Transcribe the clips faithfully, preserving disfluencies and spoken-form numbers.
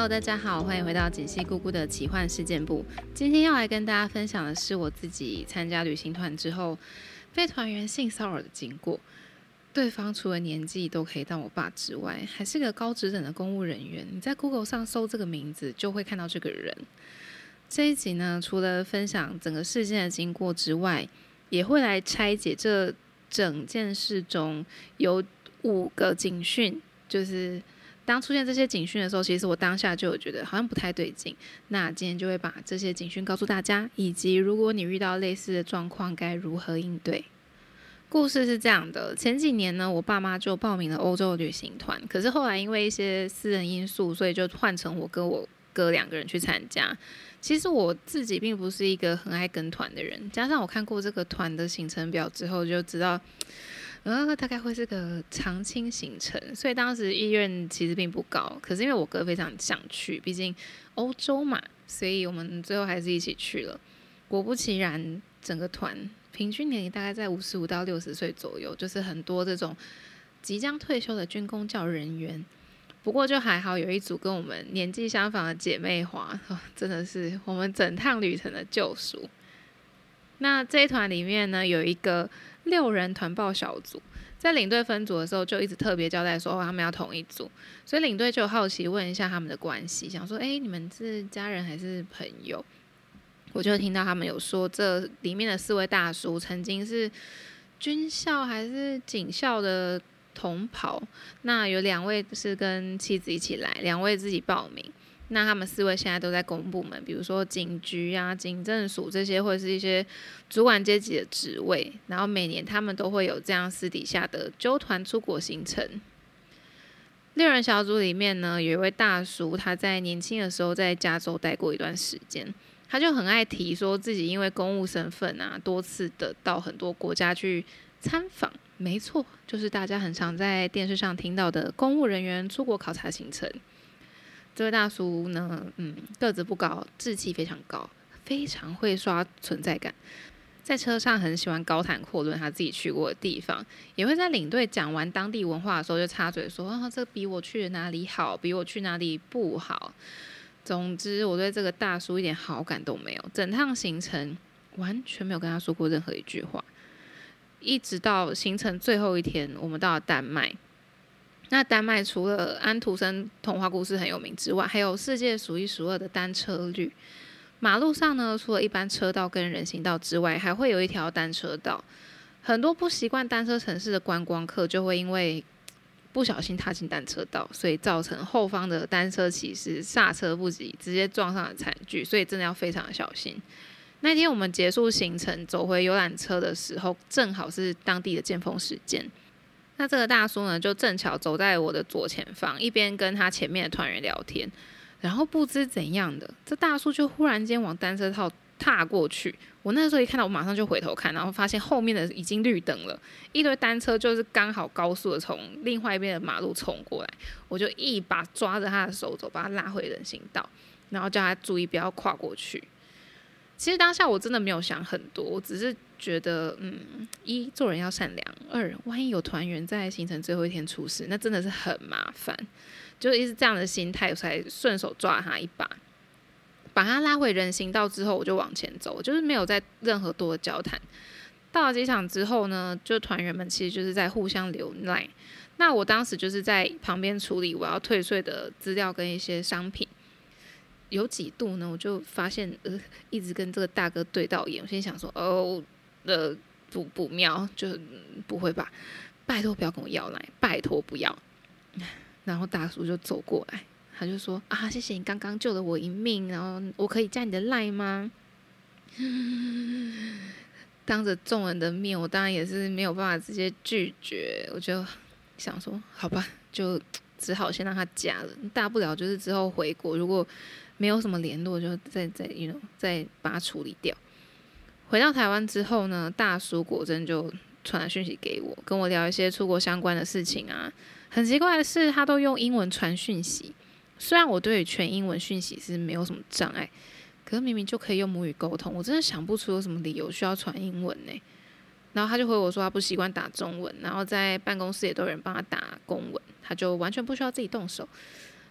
Hello， 大家好，欢迎回到锦溪姑姑的奇幻事件部。今天要来跟大家分享的是我自己参加旅行团之后被团员性骚扰的经过。对方除了年纪都可以当我爸之外，还是个高职等的公务人员。你在 Google 上搜这个名字，就会看到这个人。这一集呢，除了分享整个事件的经过之外，也会来拆解这整件事中有五个警讯，就是当出现这些警讯的时候，其实我当下就有觉得好像不太对劲。那今天就会把这些警讯告诉大家，以及如果你遇到类似的状况该如何应对。故事是这样的，前几年呢，我爸妈就报名了欧洲旅行团，可是后来因为一些私人因素，所以就换成我跟我哥两个人去参加。其实我自己并不是一个很爱跟团的人，加上我看过这个团的行程表之后，就知道呃，大概会是个长青行程，所以当时意愿其实并不高。可是因为我哥非常想去，毕竟欧洲嘛，所以我们最后还是一起去了。果不其然，整个团平均年龄大概在五十五到六十岁左右，就是很多这种即将退休的军公教人员。不过就还好，有一组跟我们年纪相仿的姐妹花，哦，真的是我们整趟旅程的救赎。那这一团里面呢，有一个六人团报小组，在领队分组的时候就一直特别交代说，哦，他们要同一组，所以领队就好奇问一下他们的关系，想说，哎，你们是家人还是朋友？我就听到他们有说，这里面的四位大叔曾经是军校还是警校的同袍，那有两位是跟妻子一起来，两位自己报名。那他们四位现在都在公部门，比如说警局啊、警政署这些，或者是一些主管阶级的职位。然后每年他们都会有这样私底下的揪团出国行程。六人小组里面呢，有一位大叔，他在年轻的时候在加州待过一段时间，他就很爱提说自己因为公务身份啊，多次的到很多国家去参访。没错，就是大家很常在电视上听到的公务人员出国考察行程。这位大叔呢，嗯，个子不高，志气非常高，非常会刷存在感。在车上很喜欢高谈阔论他自己去过的地方，也会在领队讲完当地文化的时候就插嘴说，啊，这比我去的哪里好，比我去哪里不好。总之，我对这个大叔一点好感都没有，整趟行程完全没有跟他说过任何一句话。一直到行程最后一天，我们到了丹麦。那丹麦除了安徒生童话故事很有名之外，还有世界数一数二的单车率。马路上呢，除了一般车道跟人行道之外，还会有一条单车道。很多不习惯单车城市的观光客就会因为不小心踏进单车道，所以造成后方的单车骑士刹车不及，直接撞上了惨剧，所以真的要非常的小心。那天我们结束行程走回游览车的时候，正好是当地的尖峰时间。那这个大叔呢，就正巧走在我的左前方，一边跟他前面的团员聊天，然后不知怎样的，这大叔就忽然间往单车道踏过去。我那时候一看到，我马上就回头看，然后发现后面的已经绿灯了，一堆单车就是刚好高速的从另外一边的马路冲过来，我就一把抓着他的手肘，把他拉回人行道，然后叫他注意不要跨过去。其实当下我真的没有想很多，我只是觉得，嗯，一做人要善良，二万一有团员在行程最后一天出事，那真的是很麻烦。就一直这样的心态，我才顺手抓他一把，把他拉回人行道之后，我就往前走，就是没有再任何多的交谈。到了机场之后呢，就团员们其实就是在互相留赖。那我当时就是在旁边处理我要退税的资料跟一些商品。有几度呢，我就发现呃，一直跟这个大哥对到眼，我心想说，哦，呃，不不妙，就、嗯、不会吧？拜托不要跟我要来，拜托不要。然后大叔就走过来，他就说啊，谢谢你刚刚救了我一命，然后我可以加你的赖吗？当着众人的面，我当然也是没有办法直接拒绝，我就想说，好吧，就只好先让他加了，大不了就是之后回国，如果没有什么联络，就再再 you know 再把它处理掉。回到台湾之后呢，大叔果真就传来讯息给我，跟我聊一些出国相关的事情啊。很奇怪的是，他都用英文传讯息。虽然我对于全英文讯息是没有什么障碍，可是明明就可以用母语沟通，我真的想不出有什么理由需要传英文呢。然后他就回我说他不习惯打中文，然后在办公室也都有人帮他打公文，他就完全不需要自己动手。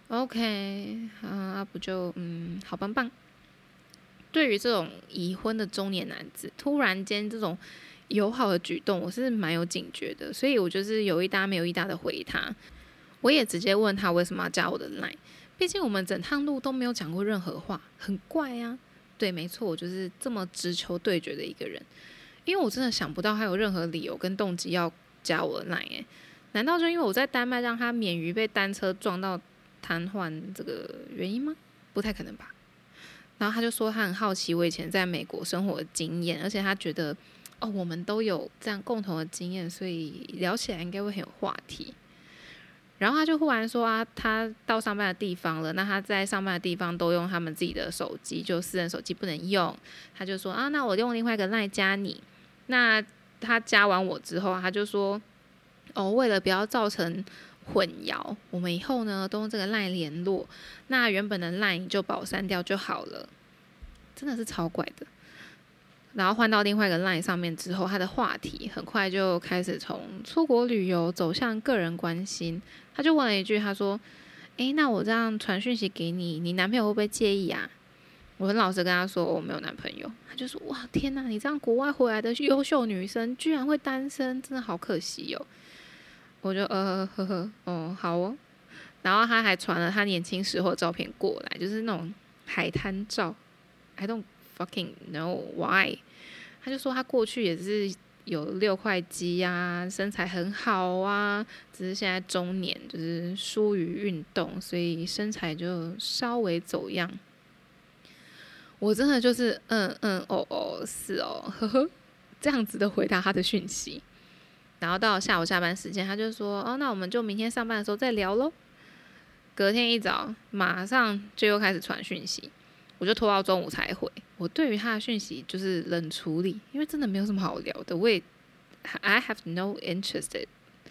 OK， 啊，不就嗯，好棒棒。对于这种已婚的中年男子，突然间这种友好的举动，我是蛮有警觉的，所以我就是有一搭没有一搭的回他。我也直接问他为什么要加我的 line， 毕竟我们整趟路都没有讲过任何话，很怪啊。对，没错，我就是这么直球对决的一个人，因为我真的想不到他有任何理由跟动机要加我的 line 欸。难道就因为我在丹麦让他免于被单车撞到瘫痪这个原因吗？不太可能吧。然后他就说他很好奇我以前在美国生活的经验，而且他觉得哦我们都有这样共同的经验，所以聊起来应该会很有话题。然后他就忽然说啊，他到上班的地方了，那他在上班的地方都用他们自己的手机，就私人手机不能用。他就说啊，那我用另外一个 line 加你。那他加完我之后，他就说哦，为了不要造成混淆，我们以后呢都用这个 line 联络。那原本的 line 就把我删掉就好了，真的是超怪的。然后换到另外一个 line 上面之后，他的话题很快就开始从出国旅游走向个人关心。他就问了一句，他说：“诶，那我这样传讯息给你，你男朋友会不会介意啊？”我很老实跟他说我没有男朋友。他就说：“哇，天哪，你这样国外回来的优秀女生居然会单身，真的好可惜哦。”我就呃呵呵，哦好哦。然后他还传了他年轻时候的照片过来，就是那种海滩照。I don't fucking know why。他就说他过去也是有六块肌啊，身材很好啊，只是现在中年就是疏于运动，所以身材就稍微走样。我真的就是嗯嗯哦哦是哦呵呵这样子的回答他的讯息。然后到下午下班时间，他就说哦，那我们就明天上班的时候再聊咯。隔天一早马上就又开始传讯息，我就拖到中午才回。我对于他的讯息就是冷处理，因为真的没有什么好聊的。我也 I have no interest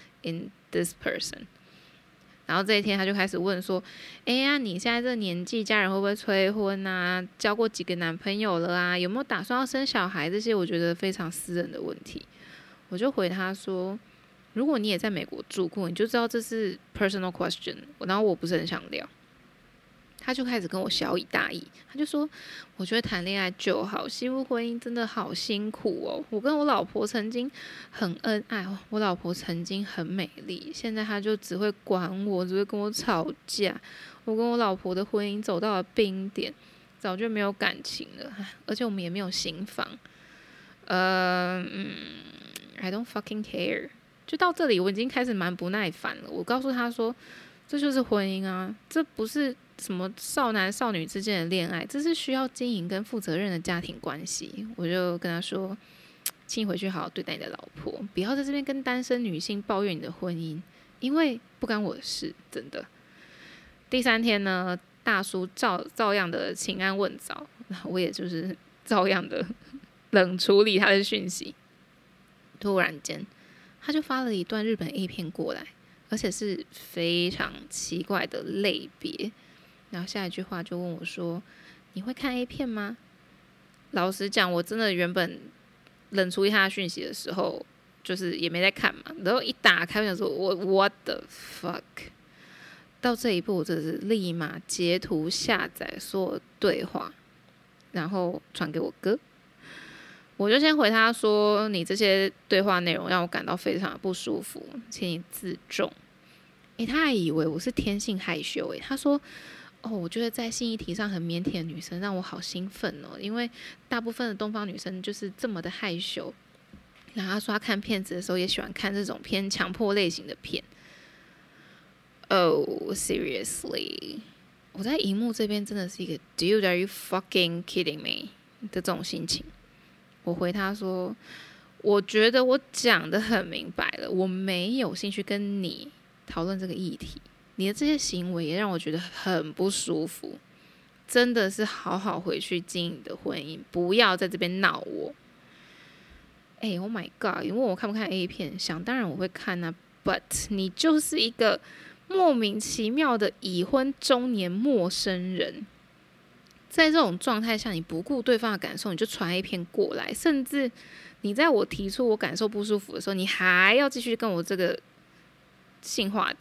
in this person。然后这一天他就开始问说：“哎呀，你现在这个年纪，家人会不会催婚啊？交过几个男朋友了啊？有没有打算要生小孩？这些我觉得非常私人的问题。”我就回他说：“如果你也在美国住过，你就知道这是 personal question。”然后我不是很想聊。他就开始跟我小以大义，他就说：“我觉得谈恋爱就好，媳妇婚姻真的好辛苦哦。我跟我老婆曾经很恩爱，我老婆曾经很美丽，现在她就只会管我，只会跟我吵架。我跟我老婆的婚姻走到了冰点，早就没有感情了，而且我们也没有行房。呃，嗯 ，I don't fucking care。就到这里，我已经开始蛮不耐烦了。我告诉他说，这就是婚姻啊，这不是什么少男少女之间的恋爱，这是需要经营跟负责任的家庭关系。我就跟他说，请你回去好好对待你的老婆，不要在这边跟单身女性抱怨你的婚姻，因为不干我的事，真的。第三天呢，大叔照照样的请安问早，我也就是照样的冷处理他的讯息。突然间，他就发了一段日本 A 片过来，而且是非常奇怪的类别。然后下一句话就问我说：“你会看 A 片吗？”老实讲，我真的原本冷处理他的讯息的时候，就是也没在看嘛。然后一打开，我想说：“我 What the fuck？” 到这一步，我真的是立马截图下载所有对话，然后传给我哥。我就先回他说：“你这些对话内容让我感到非常的不舒服，请你自重。”诶，他还以为我是天性害羞诶，他说：“哦，我觉得在性议题上很腼腆的女生让我好兴奋哦，因为大部分的东方女生就是这么的害羞。”然后他说他看片子的时候也喜欢看这种偏强迫类型的片。Oh, seriously？ 我在荧幕这边真的是一个 Dude, are you fucking kidding me 的这种心情。我回他说：“我觉得我讲得很明白了，我没有兴趣跟你讨论这个议题。你的这些行为也让我觉得很不舒服，真的是好好回去经营你的婚姻，不要在这边闹我。”哎、欸、，Oh my god！ 你问我看不看 A 片，想当然我会看啊。But 你就是一个莫名其妙的已婚中年陌生人。在这种状态下，你不顾对方的感受，你就传 A 片过来，甚至你在我提出我感受不舒服的时候，你还要继续跟我这个性话题，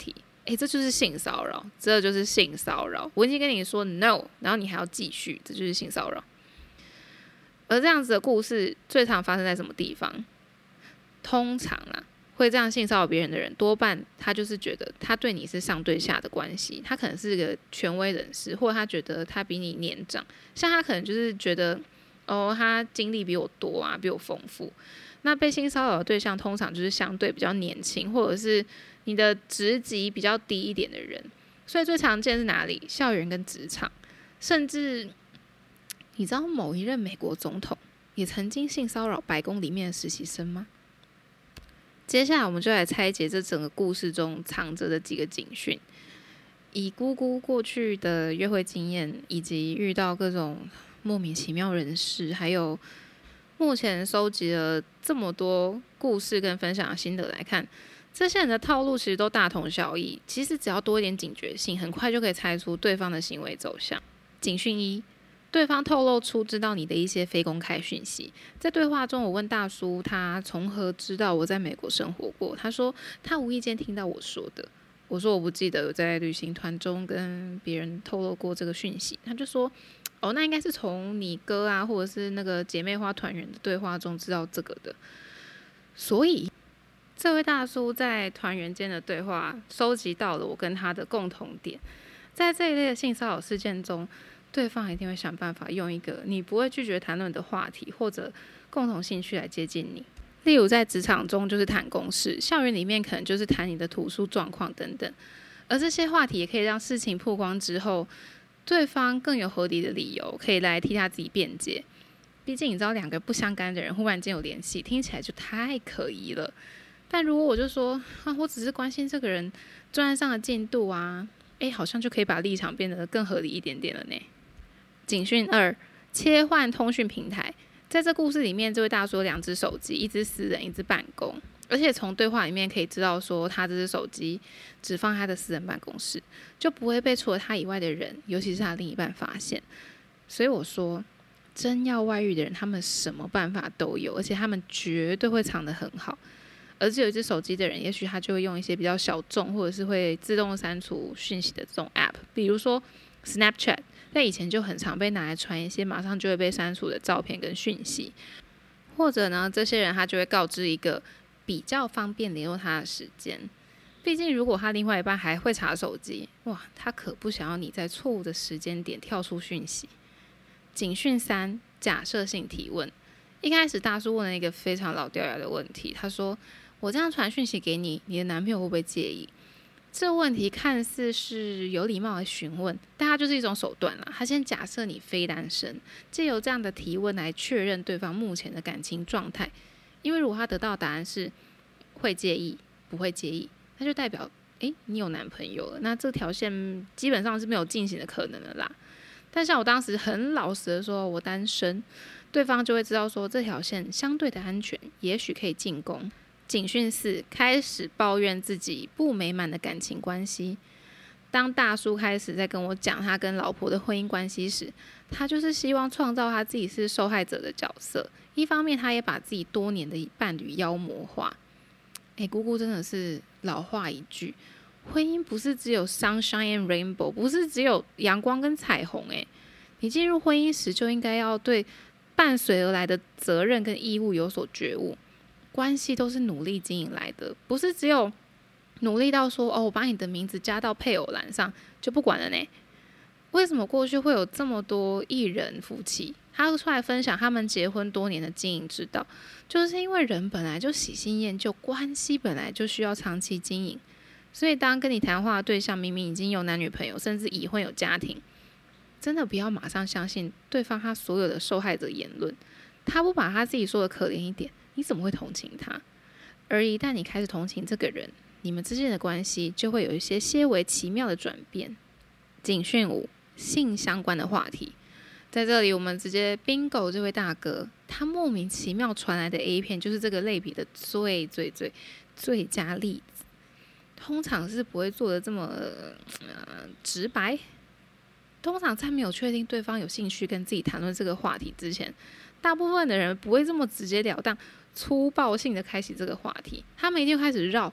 诶，这就是性骚扰，这就是性骚扰。我已经跟你说 no， 然后你还要继续，这就是性骚扰。而这样子的故事最常发生在什么地方？通常啦，会这样性骚扰别人的人，多半他就是觉得他对你是上对下的关系，他可能是个权威人士，或者他觉得他比你年长，像他可能就是觉得哦，他经历比我多啊，比我丰富。那被性骚扰的对象通常就是相对比较年轻，或者是你的职级比较低一点的人。所以最常见是哪里？校园跟职场，甚至你知道某一任美国总统也曾经性骚扰白宫里面的实习生吗？接下来我们就来拆解这整个故事中藏着的几个警讯。以姑姑过去的约会经验，以及遇到各种莫名其妙人士，还有目前收集了这么多故事跟分享的心得来看，这些人的套路其实都大同小异。其实只要多一点警觉性，很快就可以猜出对方的行为走向。警讯一，对方透露出知道你的一些非公开讯息。在对话中，我问大叔他从何知道我在美国生活过，他说他无意间听到我说的。我说我不记得有在旅行团中跟别人透露过这个讯息。他就说哦，那应该是从你哥啊，或者是那个姐妹花团员的对话中知道这个的。所以这位大叔在团员间的对话收集到了我跟他的共同点。在这一类的性骚扰事件中，对方一定会想办法用一个你不会拒绝谈论的话题或者共同兴趣来接近你。例如在职场中就是谈公事，校园里面可能就是谈你的图书状况等等。而这些话题也可以让事情曝光之后，对方更有合理的理由可以来替他自己辩解。毕竟你知道，两个不相干的人忽然间有联系，听起来就太可疑了。但如果我就说啊，我只是关心这个人专案上的进度啊，诶，好像就可以把立场变得更合理一点点了呢。警讯二，切换通讯平台。在这故事里面，这位大叔有两只手机，一只私人，一只办公。而且从对话里面可以知道说，他这只手机只放他的私人办公室，就不会被除了他以外的人，尤其是他另一半发现。所以我说，真要外遇的人，他们什么办法都有，而且他们绝对会藏得很好。而只有一只手机的人，也许他就会用一些比较小众，或者是会自动删除讯息的这种 app， 比如说 Snapchat。在以前就很常被拿来传一些马上就会被删除的照片跟讯息，或者呢，这些人他就会告知一个比较方便联络他的时间。毕竟如果他另外一半还会查手机，哇，他可不想要你在错误的时间点跳出讯息。警讯三，假设性提问。一开始大叔问了一个非常老掉牙的问题，他说：我这样传讯息给你，你的男朋友会不会介意？这个问题看似是有礼貌的询问，但它就是一种手段啦。他先假设你非单身，藉由这样的提问来确认对方目前的感情状态。因为如果他得到的答案是会介意、不会介意，那就代表诶你有男朋友了，那这条线基本上是没有进行的可能了啦。但像我当时很老实的说我单身，对方就会知道说这条线相对的安全，也许可以进攻。警讯四，开始抱怨自己不美满的感情关系。当大叔开始在跟我讲他跟老婆的婚姻关系时，他就是希望创造他自己是受害者的角色。一方面，他也把自己多年的伴侣妖魔化。哎，姑姑真的是老话一句，婚姻不是只有 sunshine and rainbow， 不是只有阳光跟彩虹。哎，你进入婚姻时就应该要对伴随而来的责任跟义务有所觉悟。关系都是努力经营来的，不是只有努力到说哦，我把你的名字加到配偶栏上就不管了呢。为什么过去会有这么多艺人夫妻，他出来分享他们结婚多年的经营之道，就是因为人本来就喜新厌旧，关系本来就需要长期经营。所以当跟你谈话的对象明明已经有男女朋友，甚至已婚有家庭，真的不要马上相信对方他所有的受害者言论。他不把他自己说的可怜一点，你怎么会同情他？而一旦你开始同情这个人，你们之间的关系就会有一些些微奇妙的转变。警讯五，性相关的话题。在这里我们直接 bingo 这位大哥，他莫名其妙传来的 A 片就是这个类比的最最最最佳例子。通常是不会做的这么、呃、直白。通常在没有确定对方有兴趣跟自己谈论这个话题之前，大部分的人不会这么直截了当粗暴性的开启这个话题，他们一定会开始绕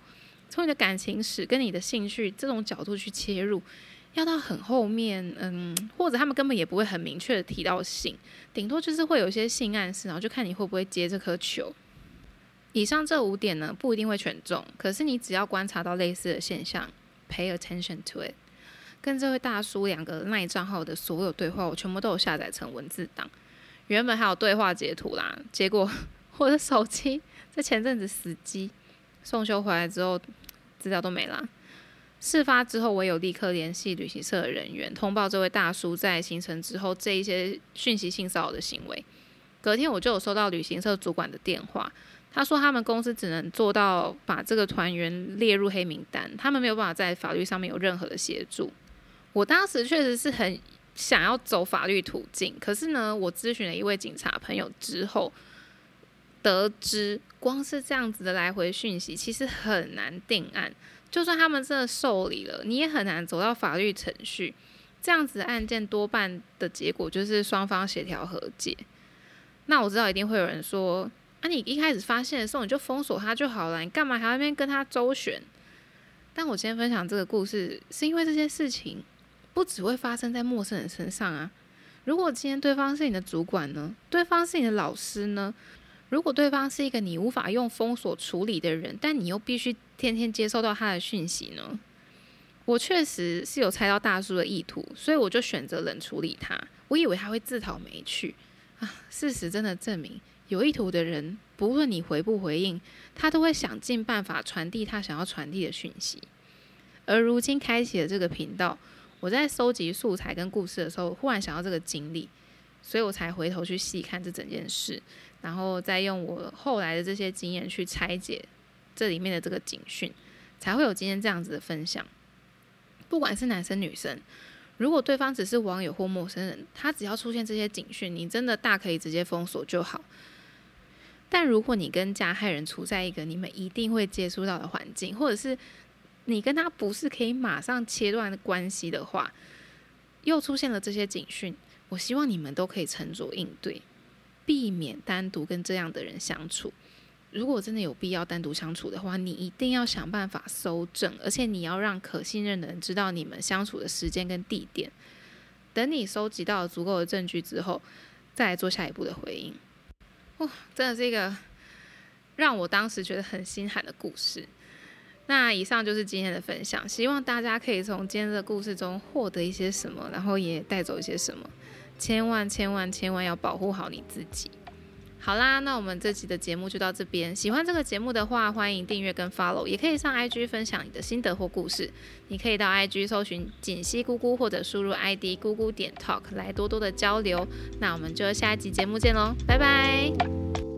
从你的感情史跟你的兴趣这种角度去切入，要到很后面，嗯，或者他们根本也不会很明确的提到性，顶多就是会有一些性暗示，然后就看你会不会接这颗球。以上这五点呢，不一定会全中，可是你只要观察到类似的现象 ，pay attention to it。跟这位大叔两个 LINE 账号的所有对话，我全部都有下载成文字档，原本还有对话截图啦，结果我的手机在前阵子死机，送修回来之后资料都没啦。事发之后，我有立刻联系旅行社的人员，通报这位大叔在行程之后这一些讯息性骚扰的行为。隔天我就有收到旅行社主管的电话，他说他们公司只能做到把这个团员列入黑名单，他们没有办法在法律上面有任何的协助。我当时确实是很想要走法律途径，可是呢，我咨询了一位警察朋友之后，得知光是这样子的来回讯息，其实很难定案。就算他们真的受理了，你也很难走到法律程序。这样子的案件多半的结果就是双方协调和解。那我知道一定会有人说，啊，你一开始发现的时候你就封锁他就好了，你干嘛还要在那边跟他周旋？但我今天分享这个故事，是因为这些事情不只会发生在陌生人身上啊。如果今天对方是你的主管呢？对方是你的老师呢？如果对方是一个你无法用封锁处理的人，但你又必须天天接收到他的讯息呢？我确实是有猜到大叔的意图，所以我就选择冷处理他。我以为他会自讨没趣啊，事实真的证明，有意图的人，不论你回不回应，他都会想尽办法传递他想要传递的讯息。而如今开启了这个频道，我在收集素材跟故事的时候，忽然想到这个经历，所以我才回头去细看这整件事，然后再用我后来的这些经验去拆解这里面的这个警讯，才会有今天这样子的分享。不管是男生女生，如果对方只是网友或陌生人，他只要出现这些警讯，你真的大可以直接封锁就好。但如果你跟加害人处在一个你们一定会接触到的环境，或者是你跟他不是可以马上切断的关系的话，又出现了这些警讯，我希望你们都可以沉着应对，避免单独跟这样的人相处。如果真的有必要单独相处的话，你一定要想办法搜证，而且你要让可信任的人知道你们相处的时间跟地点。等你收集到足够的证据之后，再来做下一步的回应。哇，真的是一个让我当时觉得很心寒的故事。那以上就是今天的分享，希望大家可以从今天的故事中获得一些什么，然后也带走一些什么。千万千万千万要保护好你自己。好啦，那我们这集的节目就到这边。喜欢这个节目的话，欢迎订阅跟 follow， 也可以上 I G 分享你的心得或故事。你可以到 I G 搜寻锦溪姑姑，或者输入 I D 姑姑点 talk 来多多的交流。那我们就下一集节目见咯，拜拜。